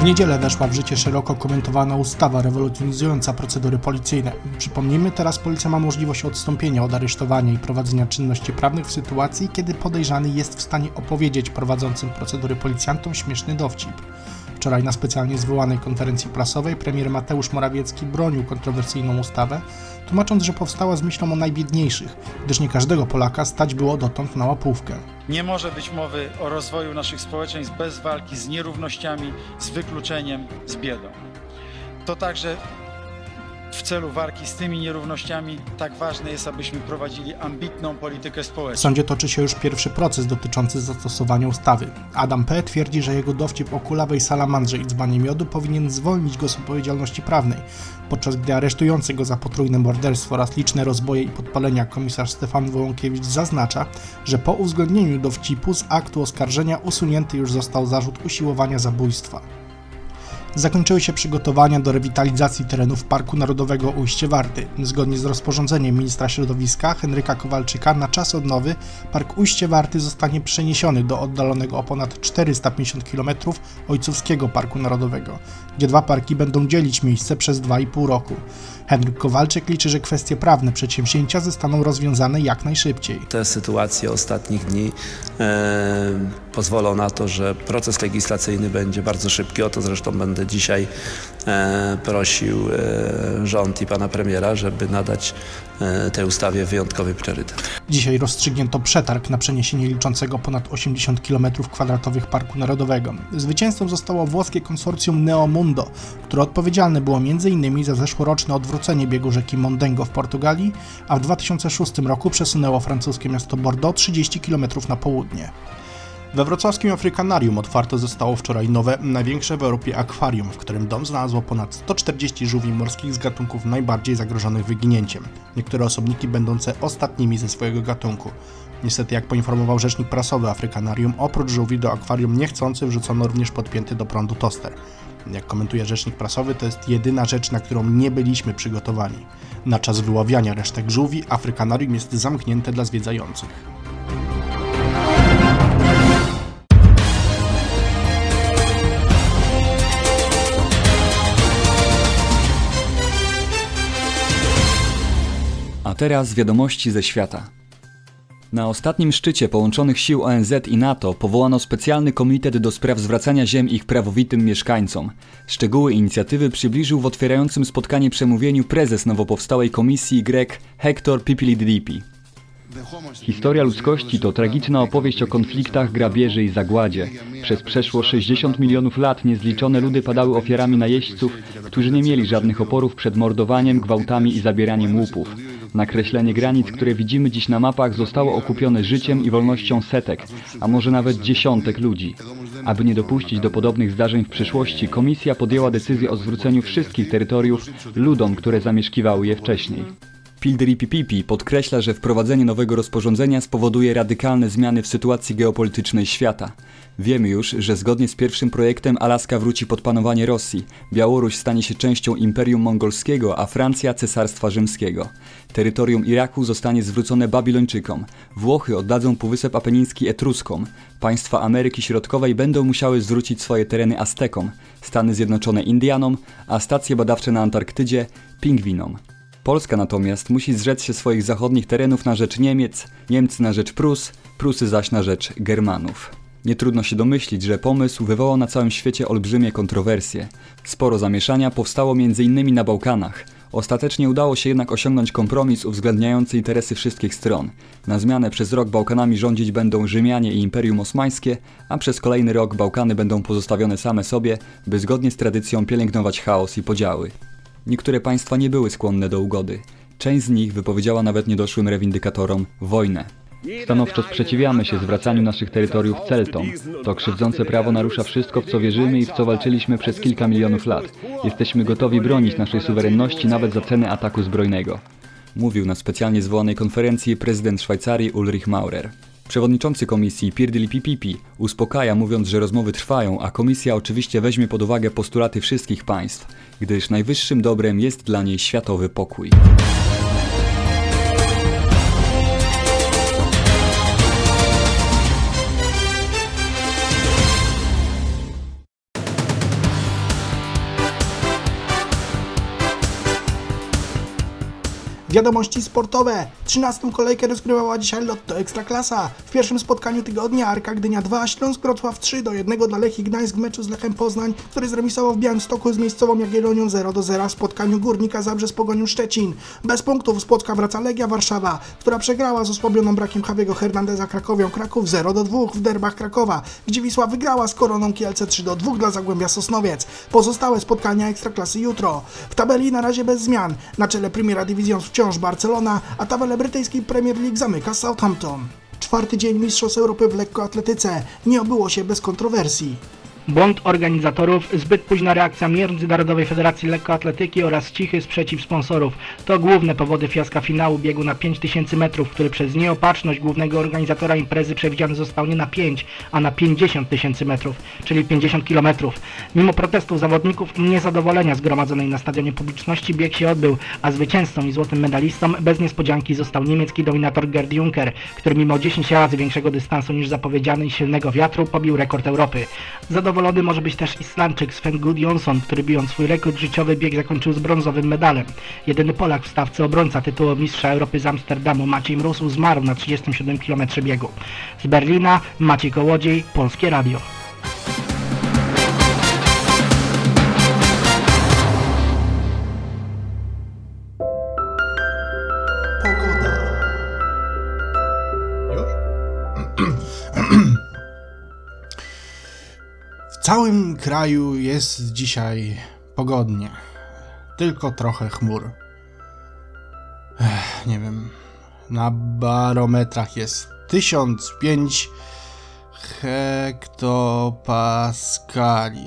W niedzielę weszła w życie szeroko komentowana ustawa rewolucjonizująca procedury policyjne. Przypomnijmy, teraz policja ma możliwość odstąpienia od aresztowania i prowadzenia czynności prawnych w sytuacji, kiedy podejrzany jest w stanie opowiedzieć prowadzącym procedury policjantom śmieszny dowcip. Wczoraj na specjalnie zwołanej konferencji prasowej premier Mateusz Morawiecki bronił kontrowersyjną ustawę, tłumacząc, że powstała z myślą o najbiedniejszych, gdyż nie każdego Polaka stać było dotąd na łapówkę. Nie może być mowy o rozwoju naszych społeczeństw bez walki z nierównościami, z wykluczeniem, z biedą. To także w celu walki z tymi nierównościami tak ważne jest, abyśmy prowadzili ambitną politykę społeczną. W sądzie toczy się już pierwszy proces dotyczący zastosowania ustawy. Adam P. twierdzi, że jego dowcip o kulawej salamandrze i dzbanie miodu powinien zwolnić go z odpowiedzialności prawnej, podczas gdy aresztujący go za potrójne morderstwo oraz liczne rozboje i podpalenia komisarz Stefan Wołąkiewicz zaznacza, że po uwzględnieniu dowcipu z aktu oskarżenia usunięty już został zarzut usiłowania zabójstwa. Zakończyły się przygotowania do rewitalizacji terenów Parku Narodowego Ujście Warty. Zgodnie z rozporządzeniem ministra środowiska Henryka Kowalczyka na czas odnowy Park Ujście Warty zostanie przeniesiony do oddalonego o ponad 450 km Ojcowskiego Parku Narodowego, gdzie dwa parki będą dzielić miejsce przez 2,5 roku. Henryk Kowalczyk liczy, że kwestie prawne przedsięwzięcia zostaną rozwiązane jak najszybciej. Te sytuacje ostatnich dni pozwolą na to, że proces legislacyjny będzie bardzo szybki. O to zresztą będę dzisiaj prosił rząd i pana premiera, żeby nadać tej ustawie wyjątkowy priorytet. Dzisiaj rozstrzygnięto przetarg na przeniesienie liczącego ponad 80 km² Parku Narodowego. Zwycięzcą zostało włoskie konsorcjum Neomundo, które odpowiedzialne było m.in. za zeszłoroczne odwrócenie biegu rzeki Mondego w Portugalii, a w 2006 roku przesunęło francuskie miasto Bordeaux 30 km na południe. We wrocławskim Afrykanarium otwarte zostało wczoraj nowe, największe w Europie akwarium, w którym dom znalazło ponad 140 żółwi morskich z gatunków najbardziej zagrożonych wyginięciem. Niektóre osobniki będące ostatnimi ze swojego gatunku. Niestety, jak poinformował rzecznik prasowy Afrykanarium, oprócz żółwi do akwarium niechcący wrzucono również podpięty do prądu toster. Jak komentuje rzecznik prasowy, to jest jedyna rzecz, na którą nie byliśmy przygotowani. Na czas wyławiania resztek żółwi Afrykanarium jest zamknięte dla zwiedzających. A teraz wiadomości ze świata. Na ostatnim szczycie połączonych sił ONZ i NATO powołano specjalny komitet do spraw zwracania ziem ich prawowitym mieszkańcom. Szczegóły inicjatywy przybliżył w otwierającym spotkanie przemówieniu prezes nowo powstałej komisji Grek Hector Pipilididipi. Historia ludzkości to tragiczna opowieść o konfliktach, grabieży i zagładzie. Przez przeszło 60 milionów lat niezliczone ludy padały ofiarami najeźdźców, którzy nie mieli żadnych oporów przed mordowaniem, gwałtami i zabieraniem łupów. Nakreślenie granic, które widzimy dziś na mapach, zostało okupione życiem i wolnością setek, a może nawet dziesiątek ludzi. Aby nie dopuścić do podobnych zdarzeń w przyszłości, komisja podjęła decyzję o zwróceniu wszystkich terytoriów ludom, które zamieszkiwały je wcześniej. Pildiripipipi podkreśla, że wprowadzenie nowego rozporządzenia spowoduje radykalne zmiany w sytuacji geopolitycznej świata. Wiemy już, że zgodnie z pierwszym projektem Alaska wróci pod panowanie Rosji, Białoruś stanie się częścią Imperium Mongolskiego, a Francja Cesarstwa Rzymskiego. Terytorium Iraku zostanie zwrócone Babilończykom, Włochy oddadzą Półwysep Apeniński Etruskom, państwa Ameryki Środkowej będą musiały zwrócić swoje tereny Aztekom, Stany Zjednoczone Indianom, a stacje badawcze na Antarktydzie Pingwinom. Polska natomiast musi zrzec się swoich zachodnich terenów na rzecz Niemiec, Niemcy na rzecz Prus, Prusy zaś na rzecz Germanów. Nie trudno się domyślić, że pomysł wywołał na całym świecie olbrzymie kontrowersje. Sporo zamieszania powstało m.in. na Bałkanach. Ostatecznie udało się jednak osiągnąć kompromis uwzględniający interesy wszystkich stron. Na zmianę przez rok Bałkanami rządzić będą Rzymianie i Imperium Osmańskie, a przez kolejny rok Bałkany będą pozostawione same sobie, by zgodnie z tradycją pielęgnować chaos i podziały. Niektóre państwa nie były skłonne do ugody. Część z nich wypowiedziała nawet niedoszłym rewindykatorom wojnę. Stanowczo sprzeciwiamy się zwracaniu naszych terytoriów Celtom. To krzywdzące prawo narusza wszystko, w co wierzymy i w co walczyliśmy przez kilka milionów lat. Jesteśmy gotowi bronić naszej suwerenności nawet za cenę ataku zbrojnego. Mówił na specjalnie zwołanej konferencji prezydent Szwajcarii Ulrich Maurer. Przewodniczący komisji Pildiripipipi uspokaja, mówiąc, że rozmowy trwają, a komisja oczywiście weźmie pod uwagę postulaty wszystkich państw, gdyż najwyższym dobrem jest dla niej światowy pokój. Wiadomości sportowe. 13. kolejkę rozgrywała dzisiaj Lotto Ekstraklasa. W pierwszym spotkaniu tygodnia Arka Gdynia 2, Śląsk Wrocław 3-1 dla Lechii Gdańsk w meczu z Lechem Poznań, który zremisował w Białymstoku z miejscową Jagiellonią 0-0 w spotkaniu Górnika Zabrze z Pogonią Szczecin. Bez punktów z Płocka wraca Legia Warszawa, która przegrała z osłabioną brakiem Javiego Hernandeza Krakowią Kraków 0-2 w derbach Krakowa, gdzie Wisła wygrała z Koroną Kielce 3-2 dla Zagłębia Sosnowiec. Pozostałe spotkania Ekstraklasy jutro. W tabeli na razie bez zmian. Na czele Primera Division wciąż Barcelona, a tabelę brytyjskiej Premier League zamyka Southampton. 4. dzień Mistrzostw Europy w lekkoatletyce nie obyło się bez kontrowersji. Błąd organizatorów, zbyt późna reakcja Międzynarodowej Federacji Lekkoatletyki oraz cichy sprzeciw sponsorów to główne powody fiaska finału biegu na 5000 metrów, który przez nieopatrzność głównego organizatora imprezy przewidziany został nie na 5, a na 50 000 metrów, czyli 50 km. Mimo protestów zawodników i niezadowolenia zgromadzonej na stadionie publiczności bieg się odbył, a zwycięzcą i złotym medalistą bez niespodzianki został niemiecki dominator Gerd Juncker, który mimo 10 razy większego dystansu niż zapowiedziany i silnego wiatru pobił rekord Europy. Zadowolony może być też Islandczyk Sven Gudjonsson, który bijąc swój rekord życiowy bieg zakończył z brązowym medalem. Jedyny Polak w stawce obrońca tytułu mistrza Europy z Amsterdamu Maciej Mróz zmarł na 37 km biegu. Z Berlina Maciej Kołodziej, Polskie Radio. W całym kraju jest dzisiaj pogodnie, tylko trochę chmur. Nie wiem, na barometrach jest 1005 hektopaskali.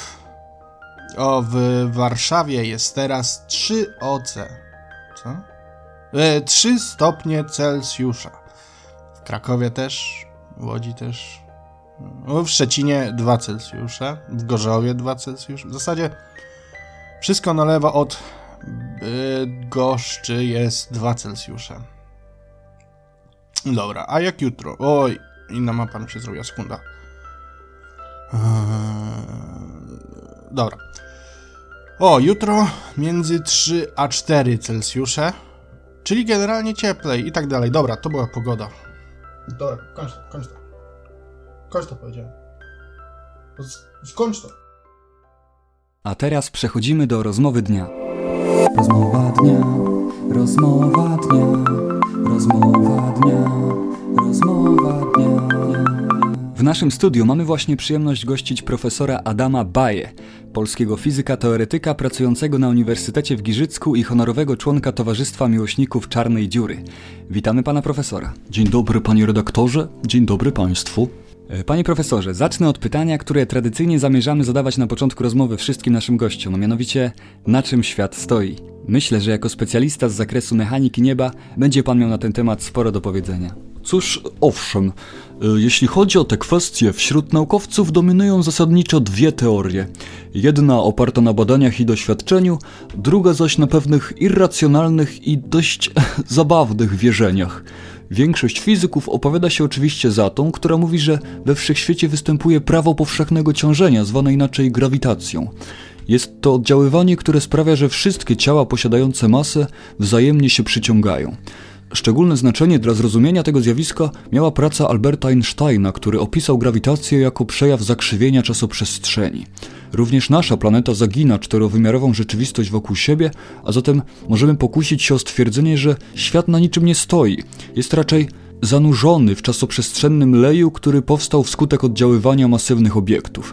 W Warszawie jest teraz 3 Co? 3 stopnie Celsjusza. W Krakowie też, w Łodzi też. W Szczecinie 2 Celsjusze, w Gorzowie 2 Celsjusze. W zasadzie wszystko na lewo od Bydgoszczy jest 2 Celsjusze. Dobra, a jak jutro? Oj, inna mapa mi się zrobiła, sekunda. Dobra. Jutro między 3 a 4 Celsjusze, czyli generalnie cieplej i tak dalej. Dobra, to była pogoda. Dobra, kończ to. Kończ to powiedziałem. Skończ to. A teraz przechodzimy do rozmowy dnia. Rozmowa dnia, rozmowa dnia, rozmowa dnia, rozmowa dnia. W naszym studiu mamy właśnie przyjemność gościć profesora Adama Baję, polskiego fizyka teoretyka pracującego na Uniwersytecie w Giżycku i honorowego członka Towarzystwa Miłośników Czarnej Dziury. Witamy pana profesora. Dzień dobry panie redaktorze, dzień dobry państwu. Panie profesorze, zacznę od pytania, które tradycyjnie zamierzamy zadawać na początku rozmowy wszystkim naszym gościom, a mianowicie na czym świat stoi? Myślę, że jako specjalista z zakresu mechaniki nieba będzie pan miał na ten temat sporo do powiedzenia. Cóż, owszem, jeśli chodzi o te kwestie, wśród naukowców dominują zasadniczo 2 teorie. Jedna oparta na badaniach i doświadczeniu, druga zaś na pewnych irracjonalnych i dość zabawnych wierzeniach. Większość fizyków opowiada się oczywiście za tą, która mówi, że we wszechświecie występuje prawo powszechnego ciążenia, zwane inaczej grawitacją. Jest to oddziaływanie, które sprawia, że wszystkie ciała posiadające masę wzajemnie się przyciągają. Szczególne znaczenie dla zrozumienia tego zjawiska miała praca Alberta Einsteina, który opisał grawitację jako przejaw zakrzywienia czasoprzestrzeni. Również nasza planeta zagina 4-wymiarową rzeczywistość wokół siebie, a zatem możemy pokusić się o stwierdzenie, że świat na niczym nie stoi. Jest raczej zanurzony w czasoprzestrzennym leju, który powstał wskutek oddziaływania masywnych obiektów.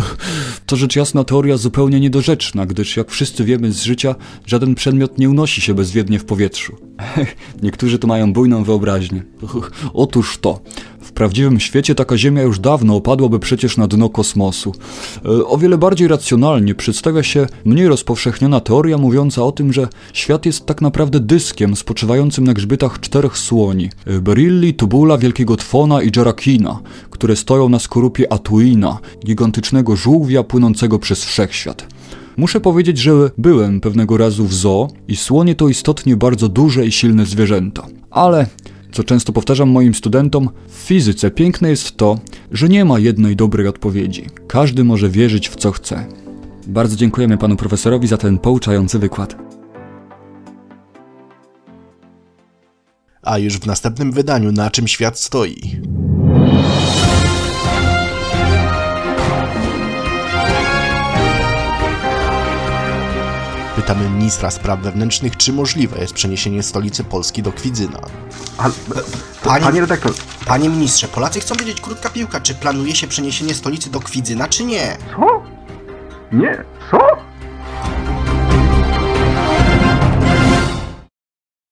To rzecz jasna teoria zupełnie niedorzeczna, gdyż jak wszyscy wiemy z życia, żaden przedmiot nie unosi się bezwiednie w powietrzu. Niektórzy to mają bujną wyobraźnię. Otóż to. W prawdziwym świecie taka Ziemia już dawno opadłaby przecież na dno kosmosu. O wiele bardziej racjonalnie przedstawia się mniej rozpowszechniona teoria mówiąca o tym, że świat jest tak naprawdę dyskiem spoczywającym na grzbietach 4 słoni. Berilli, Tubula, Wielkiego Tfona i Jarakina, które stoją na skorupie Atuina, gigantycznego żółwia płynącego przez wszechświat. Muszę powiedzieć, że byłem pewnego razu w zoo i słonie to istotnie bardzo duże i silne zwierzęta. Ale, co często powtarzam moim studentom, w fizyce piękne jest to, że nie ma jednej dobrej odpowiedzi. Każdy może wierzyć w co chce. Bardzo dziękujemy panu profesorowi za ten pouczający wykład. A już w następnym wydaniu Na czym świat stoi. Pytamy ministra spraw wewnętrznych, czy możliwe jest przeniesienie stolicy Polski do Kwidzyna. Panie redaktor, Panie ministrze, Polacy chcą wiedzieć, krótka piłka, czy planuje się przeniesienie stolicy do Kwidzyna, czy nie? co? Nie, co?